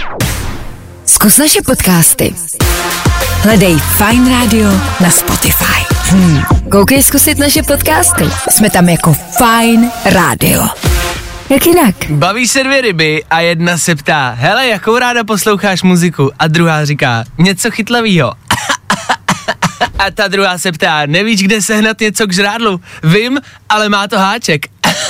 Zkus naše podcasty. Hledej Fajn Radio na Spotify. Koukej zkusit naše podcasty. Jsme tam jako Fajn Radio. Jak jinak? Baví se dvě ryby a jedna se ptá, hele, jakou ráda posloucháš muziku? A druhá říká, něco chytlavýho. A ta druhá se ptá, nevíš, kde sehnat něco k žrádlu? Vím, ale má to háček.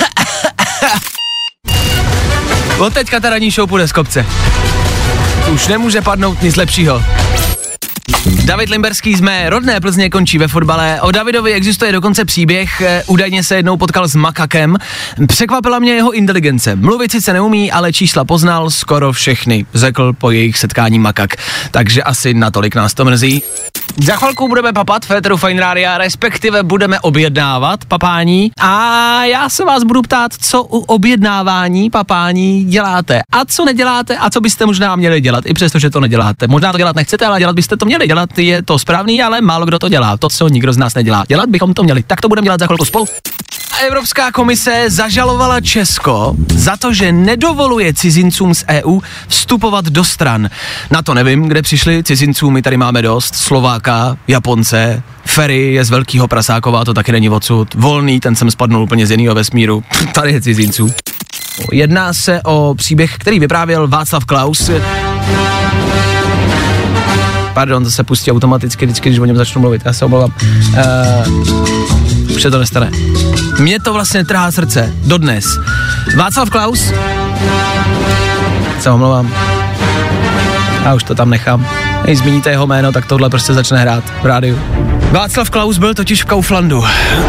Od teďka ta ranní show půjde z kopce. Už nemůže padnout nic lepšího. David Limberský z mé rodné Plzně končí ve fotbale. O Davidovi existuje dokonce příběh, údajně se jednou potkal s makakem. Překvapila mě jeho inteligence. Mluvit sice neumí, ale čísla poznal skoro všechny, řekl po jejich setkání makak. Takže asi natolik nás to mrzí. Za chvilku budeme papat v éteru Fajn Rádia, respektive budeme objednávat papání a já se vás budu ptát, co u objednávání papání děláte a co neděláte a co byste možná měli dělat, i přesto, že to neděláte. Možná to dělat nechcete, ale dělat byste to měli. Dělat je to správný, ale málo kdo to dělá. To, co nikdo z nás nedělá. Dělat bychom to měli. Tak to budeme dělat za chvilku spolu. Evropská komise zažalovala Česko za to, že nedovoluje cizincům z EU vstupovat do stran. Na to nevím, kde přišli cizinců, my tady máme dost, Slováka, Japonce, Ferry je z Velkýho Prasákova, to taky není odsud, Volný, ten jsem spadnul úplně z jiného vesmíru, tady je cizinců. Jedná se o příběh, který vyprávěl Václav Klaus. Pardon, to se pustí automaticky vždycky, když o něm začnu mluvit, já se omlouvám. Už se to nestane. Mě to vlastně trhá srdce, dodnes. Václav Klaus, se omlouvám. A už to tam nechám. Když zmíníte jeho jméno, tak tohle prostě začne hrát v rádiu. Václav Klaus byl totiž v Kauflandu.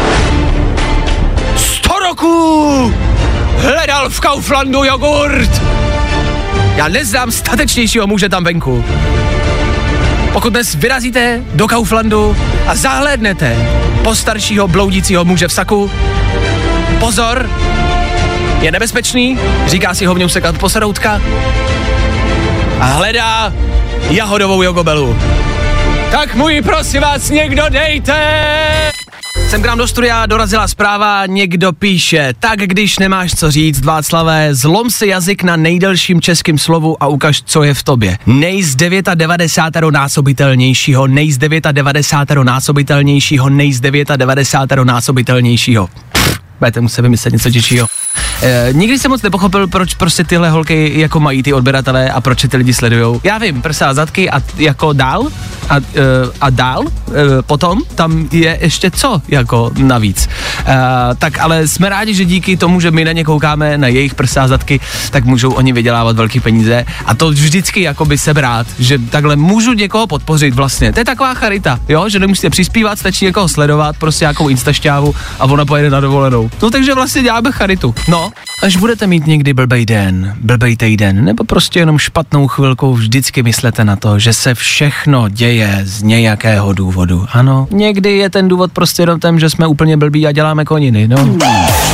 100 roků hledal v Kauflandu jogurt. Já neznám statečnějšího muže tam venku. Pokud dnes vyrazíte do Kauflandu a zahlédnete postaršího bloudícího muže v saku, pozor, je nebezpečný, říká si hovně usekat posadoutka a hledá jahodovou jogobelu. Tak mu ji prosím vás někdo dejte! Sem k nám do studia dorazila zpráva, někdo píše, tak když nemáš co říct, Václavé, zlom si jazyk na nejdelším českým slovu a ukaž, co je v tobě. Nej z 99 násobitelnějšího, nej z 99 násobitelnějšího, nej z 99 násobitelnějšího. Budete muset vymyslet něco těžšího. Nikdy jsem moc nepochopil, proč prostě tyhle holky jako mají ty odběratelé a proč ty lidi sledujou. Já vím, prsa a zadky a jako dál a dál, potom tam je ještě co jako navíc. Tak ale jsme rádi, že díky tomu, že my na ně koukáme, na jejich prsa a zadky, tak můžou oni vydělávat velký peníze a to vždycky jakoby sebrát, že takhle můžu někoho podpořit vlastně. To je taková charita, jo, že nemusíte přispívat, stačí někoho sledovat, prostě nějakou instašťávu a ona pojede na dovolenou. No takže vlastně děláme charitu. No, až budete mít někdy blbej den, blbej týden, nebo prostě jenom špatnou chvilku, vždycky myslete na to, že se všechno děje z nějakého důvodu. Ano, někdy je ten důvod prostě jenom ten, že jsme úplně blbí a děláme koniny, no.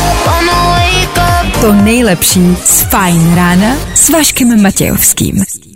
To nejlepší z Fajn rána s Vaškem Matějovským.